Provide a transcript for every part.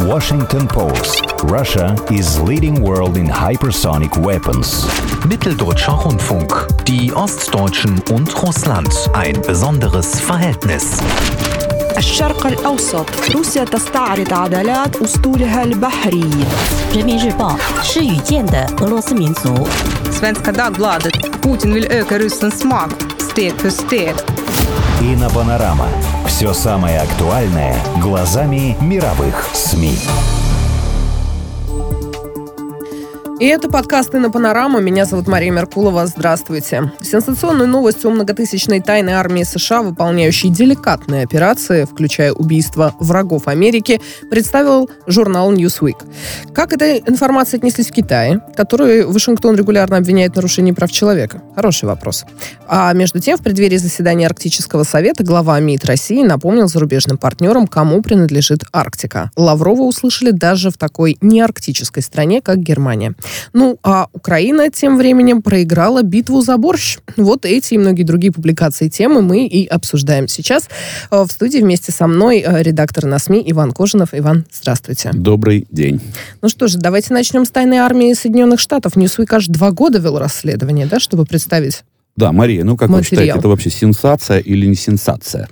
Washington Post. Russia is leading world in hypersonic weapons. Mitteldeutscher Rundfunk. Die Ostdeutschen und Russland. Ein besonderes Verhältnis. الشرق الأوسط روسيا تستعرض عضلات أسطولها البحري. 人民日报是语见的俄罗斯民族。 Svenska Dagbladet. Putin vill öka Rysslands makt steg för steg. Инопанорама. Все самое актуальное глазами мировых СМИ. И это подкаст «Инопанорама». Меня зовут Мария Меркулова. Здравствуйте. Сенсационную новость о многотысячной тайной армии США, выполняющей деликатные операции, включая убийство врагов Америки, представил журнал Newsweek. Как эта информация отнеслись в Китае, который Вашингтон регулярно обвиняет в нарушении прав человека? Хороший вопрос. А между тем, в преддверии заседания Арктического совета глава МИД России напомнил зарубежным партнерам, кому принадлежит Арктика. Лаврова услышали даже в такой неарктической стране, как Германия. Ну, а Украина тем временем проиграла битву за борщ. Вот эти и многие другие публикации темы мы и обсуждаем сейчас. В студии вместе со мной редактор на СМИ Иван Кожинов. Иван, здравствуйте. Добрый день. Ну что же, давайте начнем с тайной армии Соединенных Штатов. Newsweek аж 2 года вел расследование, да, чтобы представить Да, Мария, ну как материал. Вы считаете, это вообще сенсация или не сенсация?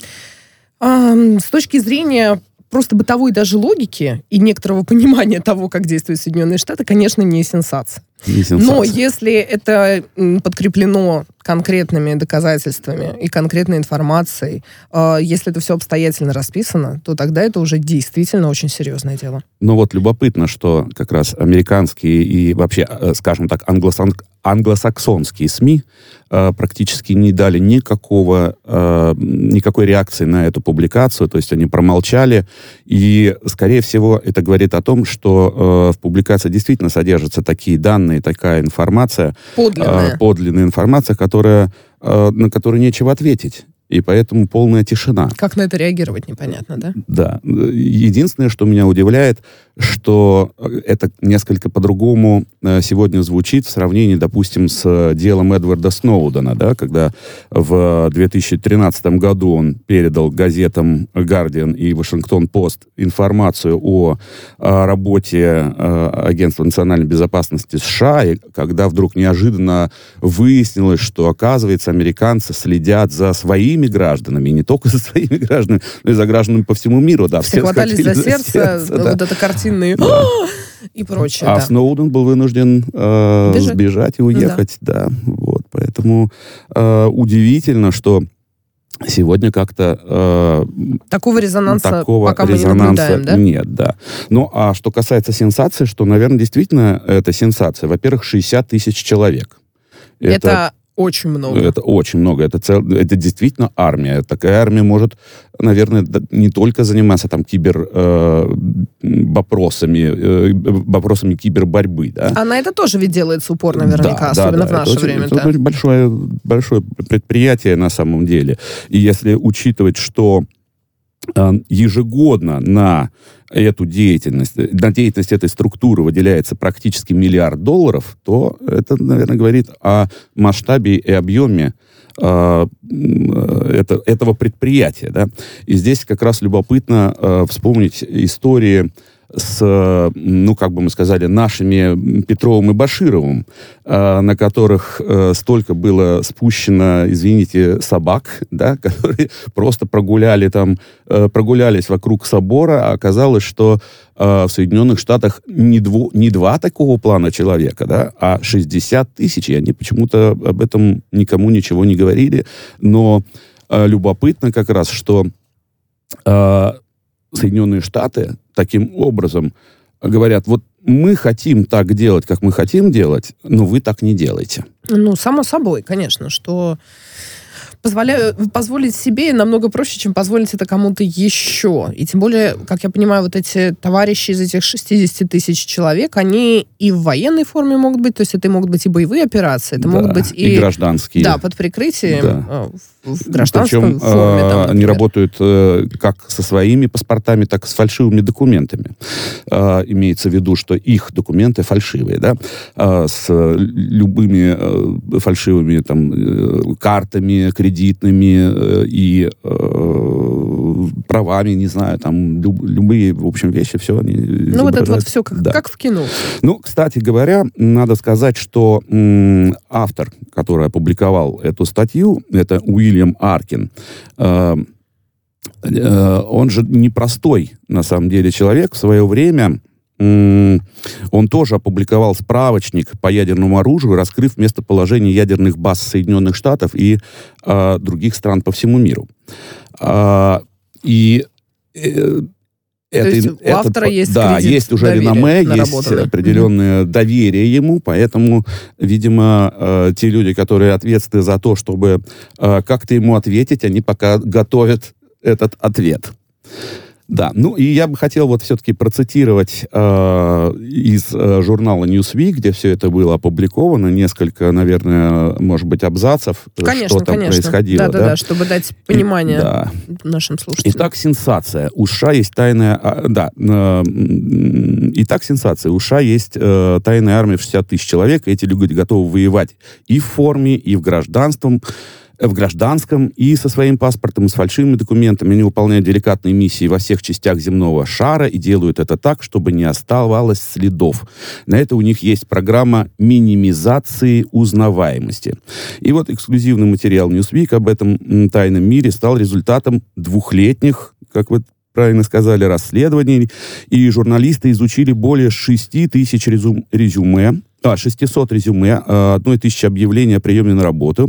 С точки зрения просто бытовой даже логики и некоторого понимания того, как действуют Соединенные Штаты, конечно, не сенсация. Не сенсация. Но если это подкреплено конкретными доказательствами и конкретной информацией, если это все обстоятельно расписано, то тогда это уже действительно очень серьезное дело. Ну вот любопытно, что как раз американские и вообще, скажем так, англосаксонские СМИ практически не дали никакой реакции на эту публикацию, то есть они промолчали, и, скорее всего, это говорит о том, что в публикации действительно содержатся такие данные, такая информация, подлинная информация, на которую нечего ответить. И поэтому полная тишина. Как на это реагировать, непонятно, да? Да. Единственное, что меня удивляет, что это несколько по-другому сегодня звучит в сравнении, допустим, с делом Эдварда Сноудена, да, когда в 2013 году он передал газетам «Гардиан» и «Вашингтон-Пост» информацию о работе Агентства национальной безопасности США, и когда вдруг неожиданно выяснилось, что, оказывается, американцы следят за своими гражданами, и не только за своими гражданами, но и за гражданами по всему миру. Да, все хватались за сердце, да. Вот это картинные и прочее. А Сноуден был вынужден сбежать и уехать. Да. Вот, поэтому удивительно, что сегодня как-то... Такого резонанса пока мы не наблюдаем, да? Нет, да. Ну, а что касается сенсации, что, наверное, действительно это сенсация. Во-первых, 60 тысяч человек. Это очень много. Это очень много. Это действительно армия. Такая армия может, наверное, не только заниматься там вопросами киберборьбы. Да? А на это тоже ведь делается упор наверняка, особенно в наше время. Это очень большое предприятие на самом деле. И если учитывать, что ежегодно на деятельность этой структуры выделяется практически $1 миллиард, то это, наверное, говорит о масштабе и объеме этого предприятия. Да? И здесь как раз любопытно вспомнить истории с, как бы мы сказали, нашими Петровым и Башировым, на которых столько было спущено, извините, собак, да, которые просто прогулялись вокруг собора, а оказалось, что в Соединенных Штатах не два такого плана человека, да, а 60 тысяч, и они почему-то об этом никому ничего не говорили. Но любопытно как раз, что Соединенные Штаты таким образом говорят, вот мы хотим так делать, как мы хотим делать, но вы так не делайте. Ну, само собой, конечно, что позволить себе намного проще, чем позволить это кому-то еще. И тем более, как я понимаю, вот эти товарищи из этих 60 тысяч человек, они и в военной форме могут быть, то есть это могут быть и боевые операции, это могут быть и гражданские. Да, под прикрытием, в гражданской форме. Там, они работают как со своими паспортами, так и с фальшивыми документами. Имеется в виду, что их документы фальшивые, да, с любыми фальшивыми там, картами, кредитными кредитными и правами, не знаю, там любые, в общем, вещи, все они Ну, вот это вот все как в кино. Ну, кстати говоря, надо сказать, что автор, который опубликовал эту статью, это Уильям Аркин, он же непростой, на самом деле, человек. В свое время он тоже опубликовал справочник по ядерному оружию, раскрыв местоположение ядерных баз Соединенных Штатов и других стран по всему миру. И то есть у автора есть да, есть уже реноме, есть определенное доверие ему, поэтому, видимо, те люди, которые ответственны за то, чтобы как-то ему ответить, они пока готовят этот ответ. Да, ну и я бы хотел вот все-таки процитировать из журнала Newsweek, где все это было опубликовано, несколько, наверное, может быть, абзацев, конечно, что там происходило. Да, чтобы дать понимание нашим слушателям. Итак, сенсация. У США есть тайная... Итак, сенсация. У США есть тайная армия в 60 тысяч человек, и эти люди готовы воевать и в форме, и в гражданском, и со своим паспортом, и с фальшивыми документами. Они выполняют деликатные миссии во всех частях земного шара и делают это так, чтобы не оставалось следов. На это у них есть программа минимизации узнаваемости. И вот эксклюзивный материал Newsweek об этом тайном мире стал результатом двухлетних, как вы правильно сказали, расследований. И журналисты изучили более 600 резюме, 1000 объявлений о приеме на работу,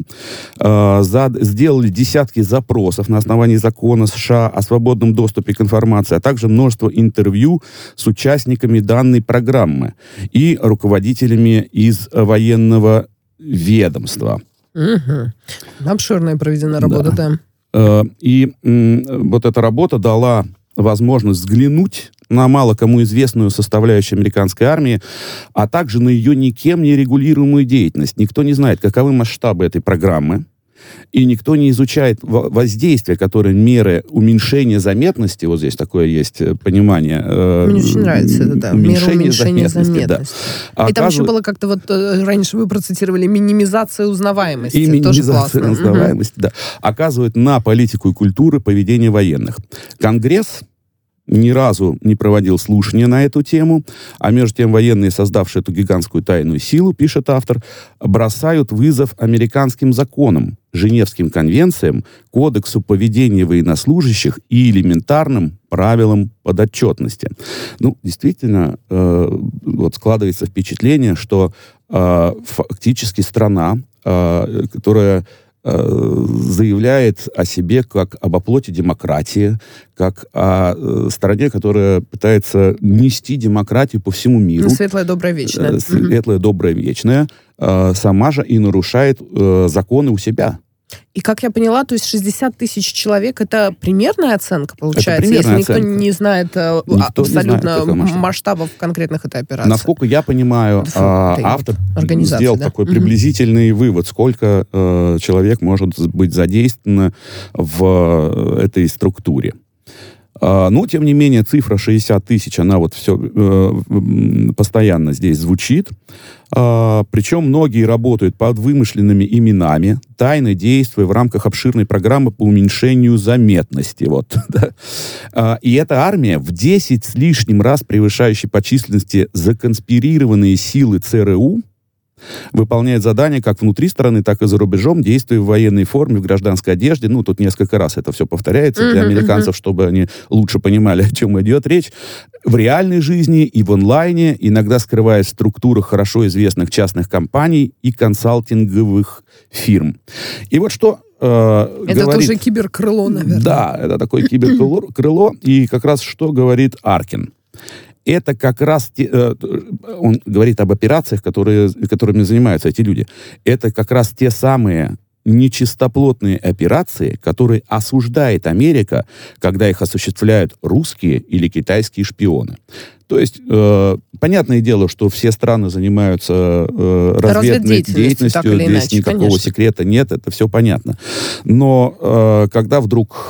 сделали десятки запросов на основании закона США о свободном доступе к информации, а также множество интервью с участниками данной программы и руководителями из военного ведомства. Угу. Обширная проведена работа, да. И вот эта работа дала возможность взглянуть на мало кому известную составляющую американской армии, а также на ее никем не регулируемую деятельность. Никто не знает, каковы масштабы этой программы, и никто не изучает воздействие, которое меры уменьшения заметности, вот здесь такое есть понимание. Мне очень нравится это, да. Меры уменьшения заметности. Да. И там еще было как-то вот, раньше вы процитировали, минимизация узнаваемости. И минимизация узнаваемости, да. Оказывает на политику и культуру поведения военных. Конгресс ни разу не проводил слушания на эту тему, а между тем военные, создавшие эту гигантскую тайную силу, пишет автор, бросают вызов американским законам, Женевским конвенциям, кодексу поведения военнослужащих и элементарным правилам подотчетности. Ну, действительно, вот складывается впечатление, что фактически страна, которая заявляет о себе как об оплоте демократии, как о стране, которая пытается нести демократию по всему миру. Светлая, добрая, вечная. Светлая, добрая, вечная. Сама же и нарушает законы у себя. И, как я поняла, то есть 60 тысяч человек — это примерная оценка, получается, это примерная если оценка. Никто не знает абсолютно масштабов конкретных этой операции. Насколько я понимаю, автор сделал такой приблизительный вывод, сколько человек может быть задействовано в этой структуре. Но, тем не менее, цифра 60 тысяч, она вот все постоянно здесь звучит. Причем многие работают под вымышленными именами, тайно действуя в рамках обширной программы по уменьшению заметности. Вот, да. И эта армия, в 10 с лишним раз превышающая по численности законспирированные силы ЦРУ, выполняет задания как внутри страны, так и за рубежом, действуя в военной форме, в гражданской одежде. Ну, тут несколько раз это все повторяется для американцев, чтобы они лучше понимали, о чем идет речь. В реальной жизни и в онлайне, иногда скрываясь в структурах хорошо известных частных компаний и консалтинговых фирм. И вот что это тоже киберкрыло, наверное. Да, это такое киберкрыло. И как раз что говорит Аркин. Это как раз... он говорит об операциях, которыми занимаются эти люди. Это как раз те самые нечистоплотные операции, которые осуждает Америка, когда их осуществляют русские или китайские шпионы. То есть, понятное дело, что все страны занимаются разведной деятельностью, здесь никакого секрета нет, это все понятно. Но когда вдруг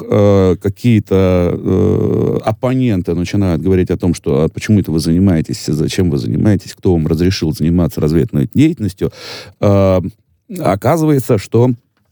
какие-то оппоненты начинают говорить о том, что почему это вы занимаетесь, зачем вы занимаетесь, кто вам разрешил заниматься разведной деятельностью, оказывается, что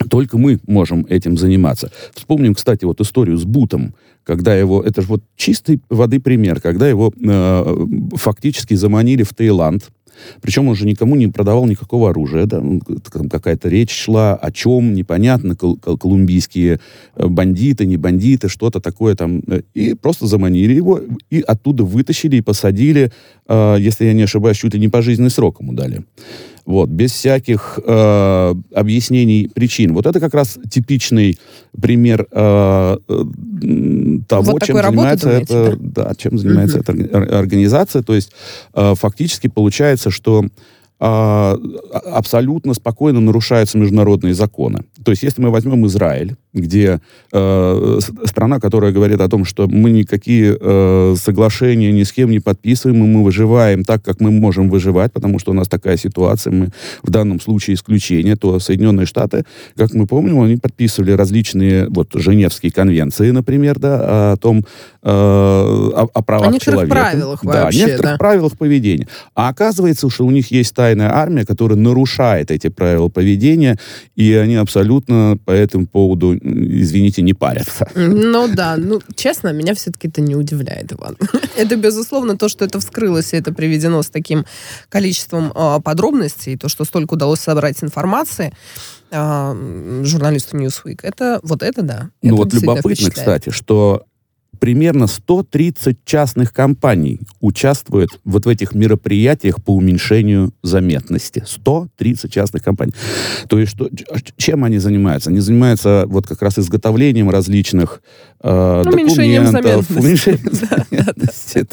только мы можем этим заниматься. Вспомним, кстати, вот историю с Бутом, когда его, это же вот чистой воды пример, когда его фактически заманили в Таиланд. Причем он же никому не продавал никакого оружия. Да? Там какая-то речь шла, о чем, непонятно, колумбийские бандиты, не бандиты, что-то такое там. И просто заманили его, и оттуда вытащили и посадили, если я не ошибаюсь, чуть ли не пожизненный срок ему дали. Вот, без всяких объяснений причин. Вот это как раз типичный пример того, вот чем занимается, работы, чем занимается эта организация. То есть фактически получается, что абсолютно спокойно нарушаются международные законы. То есть если мы возьмем Израиль, где страна, которая говорит о том, что мы никакие соглашения ни с кем не подписываем, и мы выживаем так, как мы можем выживать, потому что у нас такая ситуация, мы в данном случае исключение, то Соединенные Штаты, как мы помним, они подписывали различные вот Женевские конвенции, например, да, о том, о правах человека. Правилах да, вообще, некоторых правилах поведения. А оказывается, что у них есть тайная армия, которая нарушает эти правила поведения, и они абсолютно по этому поводу, извините, не парятся. Ну да, честно, меня все-таки это не удивляет, Иван. Это, безусловно, то, что это вскрылось, и это приведено с таким количеством подробностей, то, что столько удалось собрать информации журналисту Newsweek, это да. Ну вот любопытно, кстати, что примерно 130 частных компаний участвуют вот в этих мероприятиях по уменьшению заметности. 130 частных компаний. То есть чем они занимаются? Они занимаются вот как раз изготовлением различных документов. Уменьшением заметности.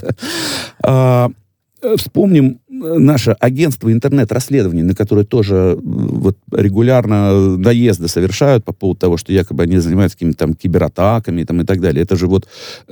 Вспомним наше агентство интернет-расследований, на которое тоже вот регулярно наезды совершают по поводу того, что якобы они занимаются какими-то там кибератаками там, и так далее. Это же вот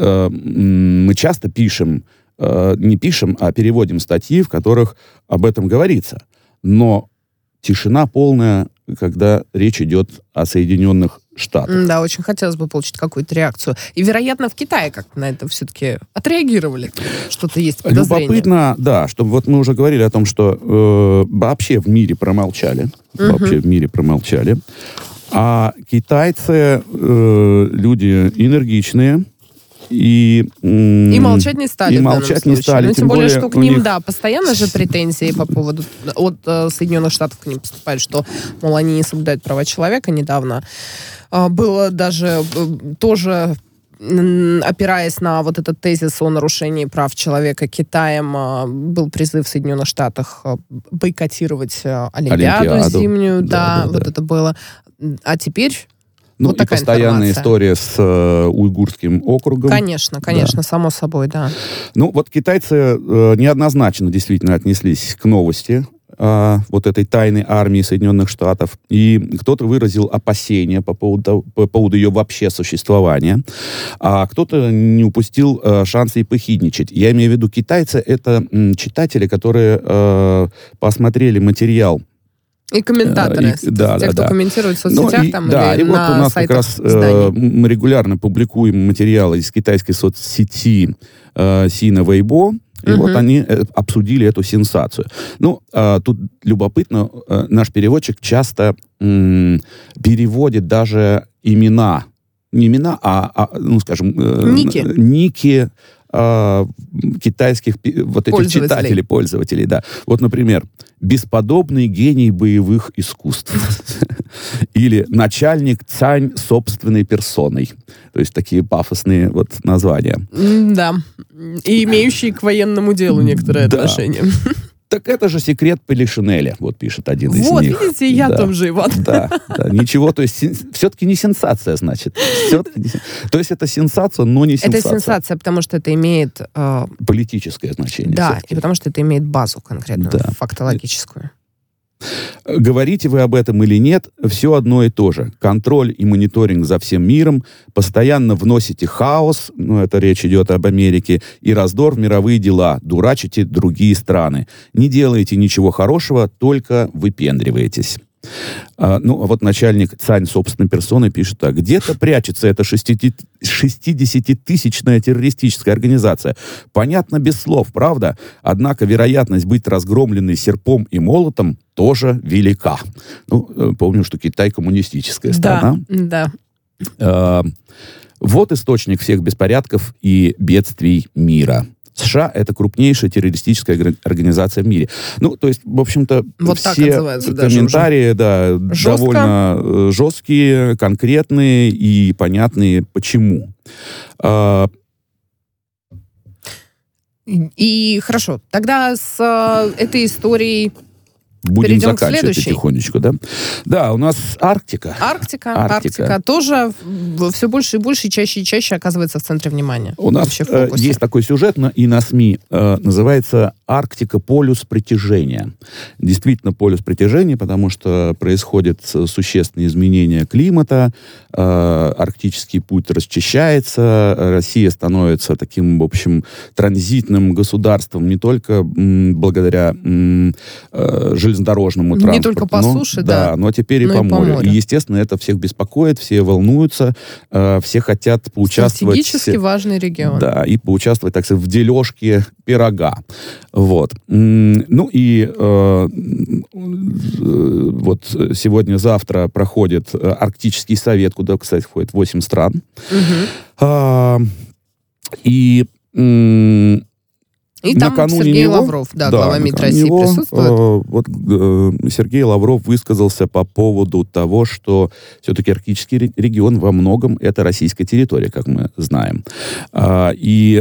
мы часто пишем, не пишем, а переводим статьи, в которых об этом говорится. Но тишина полная, когда речь идет о Соединенных Штатах. Да, очень хотелось бы получить какую-то реакцию. И, вероятно, в Китае как-то на это все-таки отреагировали. Что-то есть подозрение. Любопытно, да, что вот мы уже говорили о том, что вообще в мире промолчали. Вообще в мире промолчали. А китайцы люди энергичные, и молчать не стали. И молчать не стали. Ну, тем более, что к ним, постоянно же претензии по поводу от Соединенных Штатов к ним поступают, что, мол, они не соблюдают права человека. Недавно было даже тоже, опираясь на вот этот тезис о нарушении прав человека Китаем, был призыв в Соединенных Штатах бойкотировать Олимпиаду зимнюю. Да, вот это было. А теперь... Ну, вот и постоянная история с уйгурским округом. Конечно, само собой, да. Ну, вот китайцы неоднозначно действительно отнеслись к новости вот этой тайной армии Соединенных Штатов. И кто-то выразил опасения по поводу ее вообще существования, а кто-то не упустил шанса и похидничать. Я имею в виду, китайцы — это читатели, которые посмотрели материал. И комментаторы, кто комментирует в соцсетях или и вот на у нас сайтах как раз мы регулярно публикуем материалы из китайской соцсети Сина Weibo, и вот они обсудили эту сенсацию. Ну, тут любопытно, наш переводчик часто переводит даже имена. Не имена, ну, скажем... Ники китайских вот этих читателей, пользователей, да. Вот, например, «Бесподобный гений боевых искусств» или «Начальник Цань собственной персоной». То есть такие пафосные вот названия. Да, и имеющие к военному делу некоторое отношение. Так это же секрет Полишинеля, вот пишет один из них. Вот, видите, я там же, Иван. Да, ничего, то есть все-таки не сенсация, значит. То есть это сенсация, но не сенсация. Это сенсация, потому что это имеет... политическое значение. Да, все-таки. и потому что это имеет базу конкретную, фактологическую. Говорите вы об этом или нет, все одно и то же. Контроль и мониторинг за всем миром, постоянно вносите хаос, ну, это речь идет об Америке, и раздор в мировые дела, дурачите другие страны. Не делаете ничего хорошего, только выпендриваетесь. Ну, а вот начальник ЦАНЬ собственной персоной пишет так. Где-то прячется эта 60-тысячная террористическая организация. Понятно без слов, правда? Однако вероятность быть разгромленной серпом и молотом тоже велика. Ну, помню, что Китай коммунистическая страна. Да. Вот источник всех беспорядков и бедствий мира. США — это крупнейшая террористическая организация в мире. Ну, то есть, в общем-то, вот все комментарии, да, довольно жесткие, конкретные и понятные, почему. И хорошо, тогда с этой историей будем перейдем заканчивать потихонечку, да? Да, у нас Арктика. Арктика тоже все больше и больше, чаще и чаще оказывается в центре внимания. У нас есть такой сюжет и на СМИ, называется «Арктика. Полюс притяжения». Действительно, полюс притяжения, потому что происходят существенные изменения климата, арктический путь расчищается, Россия становится таким, в общем, транзитным государством не только благодаря железнодорожному транспорту. Не только по суше, да. Но теперь и по морю. И, естественно, это всех беспокоит, все волнуются, все хотят поучаствовать. Стратегически важный регион. Да, и поучаствовать, так сказать, в дележке пирога. Вот. Ну и вот сегодня-завтра проходит Арктический совет, куда, кстати, входит 8 стран. И там Сергей Лавров, глава МИД России, присутствует. Вот Сергей Лавров высказался по поводу того, что все-таки арктический регион во многом это российская территория, как мы знаем. И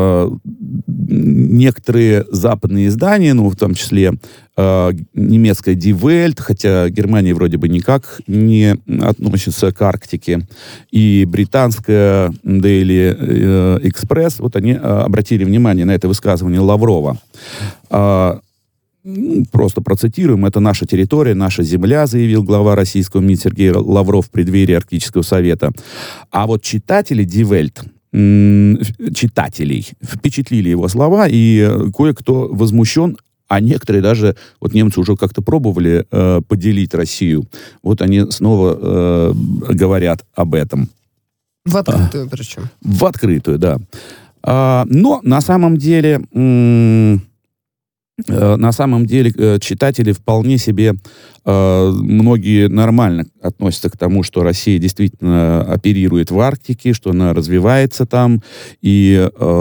некоторые западные издания, ну, в том числе немецкая Die Welt, хотя Германия вроде бы никак не относится к Арктике, и британская Daily Express, вот они обратили внимание на это высказывание Лаврова. Просто процитируем. «Это наша территория, наша земля», заявил глава российского МИД Сергей Лавров в преддверии Арктического совета. А вот читатели Die Welt, читателей впечатлили его слова, и кое-кто возмущен, а некоторые даже, вот немцы уже как-то пробовали поделить Россию. Вот они снова говорят об этом. В открытую причем. В открытую, да. Но на самом деле читатели вполне себе, многие нормально относятся к тому, что Россия действительно оперирует в Арктике, что она развивается там, и...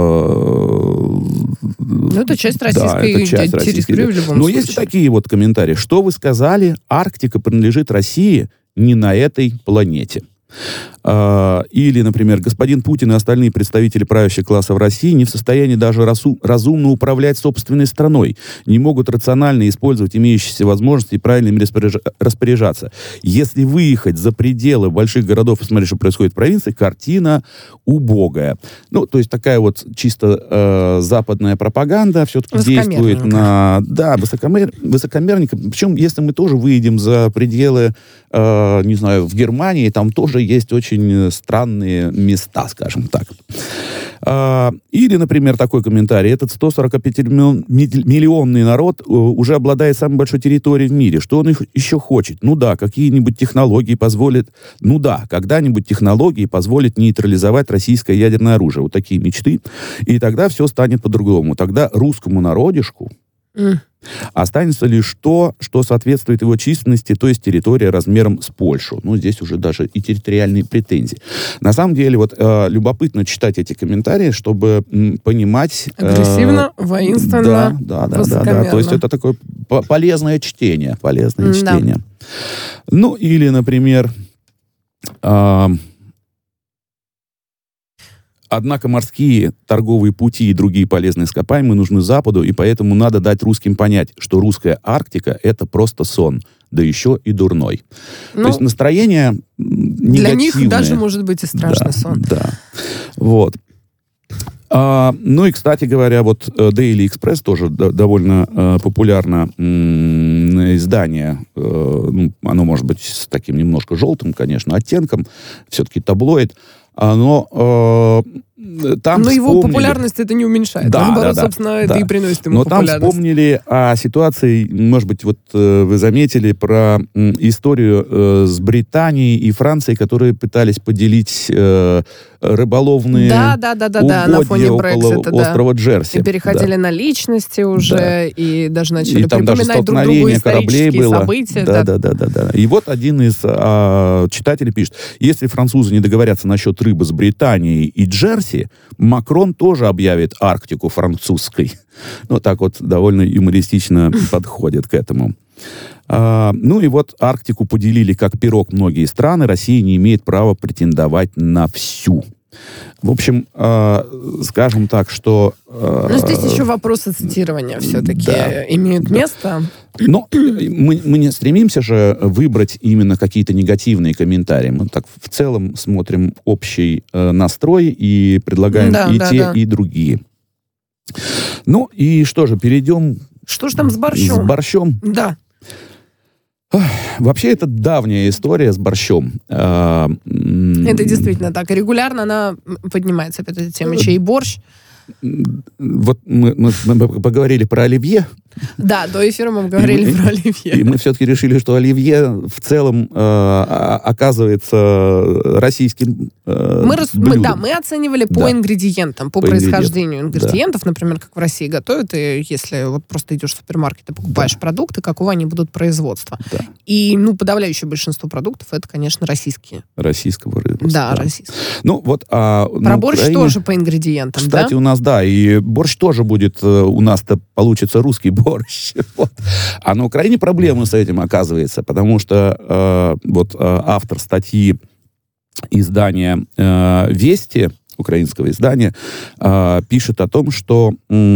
это часть российской территории в любом случае. Но есть и такие вот комментарии. Что вы сказали, Арктика принадлежит России не на этой планете. Или, например, господин Путин и остальные представители правящего класса в России не в состоянии даже разумно управлять собственной страной, не могут рационально использовать имеющиеся возможности и правильно им распоряжаться. Если выехать за пределы больших городов и смотреть, что происходит в провинции, картина убогая. Ну, то есть такая вот чисто западная пропаганда все-таки действует на... Да, высокомерненько. Причем, если мы тоже выедем за пределы, не знаю, в Германии, там тоже есть очень странные места, скажем так. Или, например, такой комментарий. Этот 145-миллионный народ уже обладает самой большой территорией в мире. Что он их еще хочет? Ну да, какие-нибудь технологии позволят... Ну да, когда-нибудь технологии позволят нейтрализовать российское ядерное оружие. Вот такие мечты. И тогда все станет по-другому. Тогда русскому народишку останется лишь то, что соответствует его численности, то есть территория размером с Польшу. Ну, здесь уже даже и территориальные претензии. На самом деле, вот любопытно читать эти комментарии, чтобы понимать... Агрессивно, воинственно, да. То есть это такое полезное чтение. Чтение. Ну, или, например... Однако морские торговые пути и другие полезные ископаемые нужны Западу, и поэтому надо дать русским понять, что русская Арктика — это просто сон, да еще и дурной. То есть настроение негативное. Для них даже, может быть, и страшный сон. Да, вот. Ну и, кстати говоря, вот Daily Express тоже довольно популярное издание. Оно может быть с таким немножко желтым, конечно, оттенком. Все-таки таблоид. Оно там Но его вспомнили... популярность это не уменьшает. Да, наоборот, да, собственно, да. это и приносит ему Но там популярность. вспомнили о ситуации, может быть, вот вы заметили про историю с Британией и Францией, которые пытались поделить рыболовные на фоне угодья около Брексита, острова Джерси. И переходили на личности уже, и даже начали и там даже припоминать друг другу столкновение кораблей исторические было. события. Да. И вот один из читателей пишет: если французы не договорятся насчет рыбы с Британией и Джерси, Макрон тоже объявит Арктику французской. Ну, так вот довольно юмористично подходит к этому. Ну и вот Арктику поделили как пирог многие страны. Россия не имеет права претендовать на всю. В общем, скажем так, что... Но здесь еще вопросы цитирования все-таки имеют место. Но мы не стремимся же выбрать именно какие-то негативные комментарии. Мы так в целом смотрим общий настрой и предлагаем и другие. Ну и что же, перейдем... Что же там с борщом? С борщом? Да. Вообще, это давняя история с борщом. Это действительно так. И регулярно она поднимается, опять эта тема, чей борщ. Вот мы поговорили про оливье. Да, до эфира мы говорили про оливье. И мы все-таки решили, что оливье в целом оказывается российским блюдом. Мы оценивали по ингредиентам, по происхождению ингредиентов, например, как в России готовят, и если вот просто идешь в супермаркет и покупаешь продукты, какого они будут производства. Да. И, подавляющее большинство продуктов это, конечно, российские. Российского рыбы. Да, российские. Ну, вот, про борщ Украине, тоже по ингредиентам, кстати, у нас, и борщ тоже будет, у нас-то получится русский борщ. Вот. А на Украине проблемы с этим оказывается, потому что автор статьи издания «Вести», украинского издания, пишет о том, что,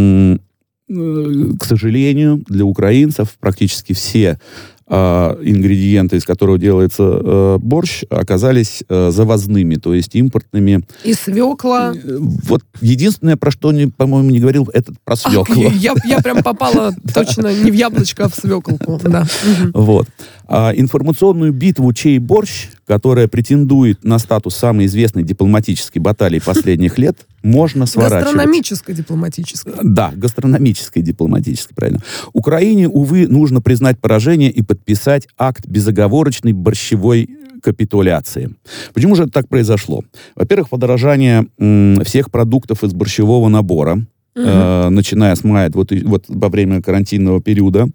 к сожалению, для украинцев практически все ингредиенты, из которого делается борщ, оказались завозными, то есть импортными. И свекла. Вот единственное, про что, по-моему, не говорил, это про свеклу. Я прям попала точно не в яблочко, а в свеклку. Да. Вот. Информационную битву «Чей борщ?», которая претендует на статус самой известной дипломатической баталии последних лет, можно сворачивать. Гастрономической дипломатической. Да, гастрономической дипломатической, правильно. Украине, увы, нужно признать поражение и подписать акт безоговорочной борщевой капитуляции. Почему же это так произошло? Во-первых, подорожание всех продуктов из борщевого набора, начиная с мая, вот во время карантинного периода.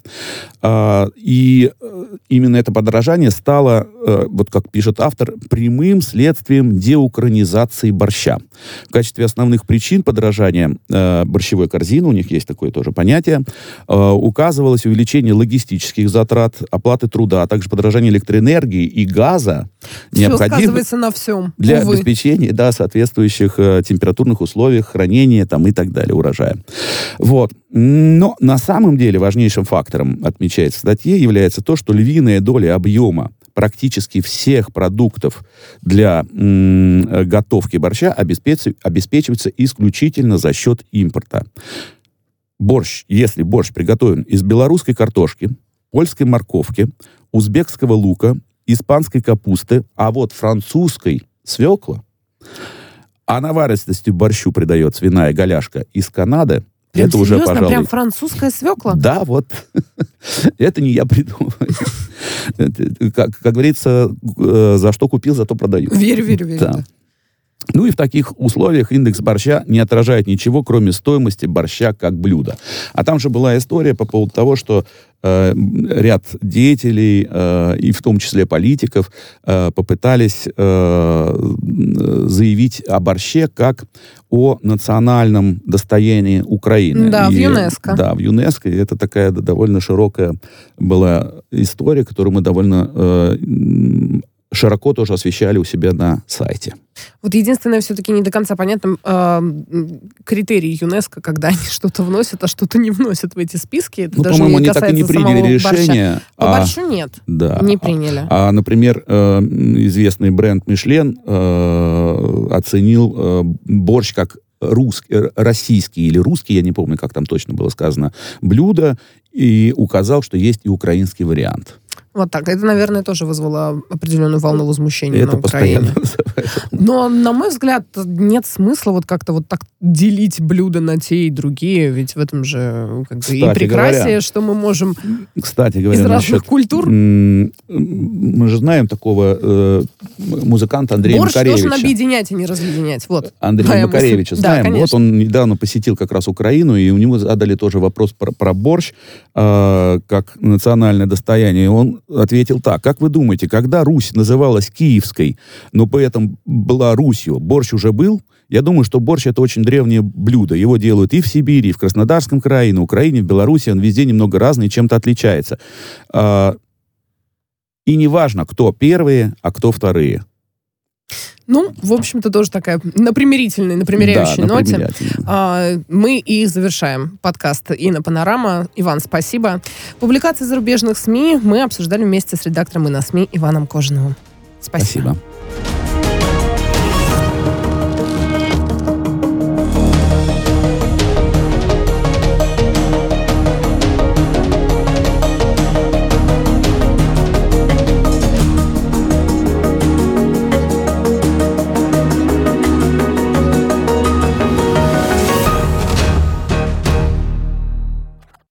И именно это подорожание стало, вот как пишет автор, прямым следствием деукраинизации борща. В качестве основных причин подорожания борщевой корзины, у них есть такое тоже понятие, указывалось увеличение логистических затрат, оплаты труда, а также подорожание электроэнергии и газа, необходимых на всем, для обеспечения соответствующих температурных условий, хранения и так далее, урожая. Вот. Но на самом деле важнейшим фактором, отмечается в статье, является то, что львиная доля объема практически всех продуктов для готовки обеспечивается исключительно за счет импорта. Если борщ приготовлен из белорусской картошки, польской морковки, узбекского лука, испанской капусты, а вот французской свекла, а наваристостью борщу придает свиная голяшка из Канады, прям это уже, серьезно? пожалуй... Прям французская свекла? Да, вот. Это не я придумал. Как говорится, за что купил, зато продаю. Верю. Да. Ну и в таких условиях индекс борща не отражает ничего, кроме стоимости борща как блюда. А там же была история по поводу того, что ряд деятелей, и в том числе политиков, попытались заявить о борще как о национальном достоянии Украины. Да, в ЮНЕСКО. Да, в ЮНЕСКО. И это такая довольно широкая была история, которую мы довольно широко тоже освещали у себя на сайте. Вот единственное, все-таки не до конца понятно критерий ЮНЕСКО, когда они что-то вносят, а что-то не вносят в эти списки. Это даже по-моему, не они так и не приняли решение. По борщу нет, не приняли. Например, известный бренд Мишлен оценил борщ как российский или русский, я не помню, как там точно было сказано, блюдо, и указал, что есть и украинский вариант. Вот так. Это, наверное, тоже вызвало определенную волну возмущения Это на Украине. постоянно. Но, на мой взгляд, нет смысла вот как-то вот так делить блюда на те и другие, ведь в этом же как бы и Кстати прекрасие, говоря, что мы можем Кстати говоря, из разных культур. Мы же знаем такого музыканта Андрея Борщ Макаревича. должен объединять, а не разъединять. Вот. Андрея Моя Макаревича мысль. знаем. Да, Вот он недавно посетил как раз Украину, и у него задали тоже вопрос про борщ как национальное достояние. И он ответил так. Как вы думаете, когда Русь называлась Киевской, но при этом была Русью, борщ уже был? Я думаю, что борщ — это очень древнее блюдо. Его делают и в Сибири, и в Краснодарском крае, и на Украине, в Беларуси. Он везде немного разный, чем-то отличается. И не важно, кто первые, а кто вторые. Ну, в общем-то, тоже такая на примиряющей ноте. Мы и завершаем подкаст «Инопанорама». Иван, спасибо. Публикации зарубежных СМИ мы обсуждали вместе с редактором «Иносми» Иваном Кожиновым. Спасибо.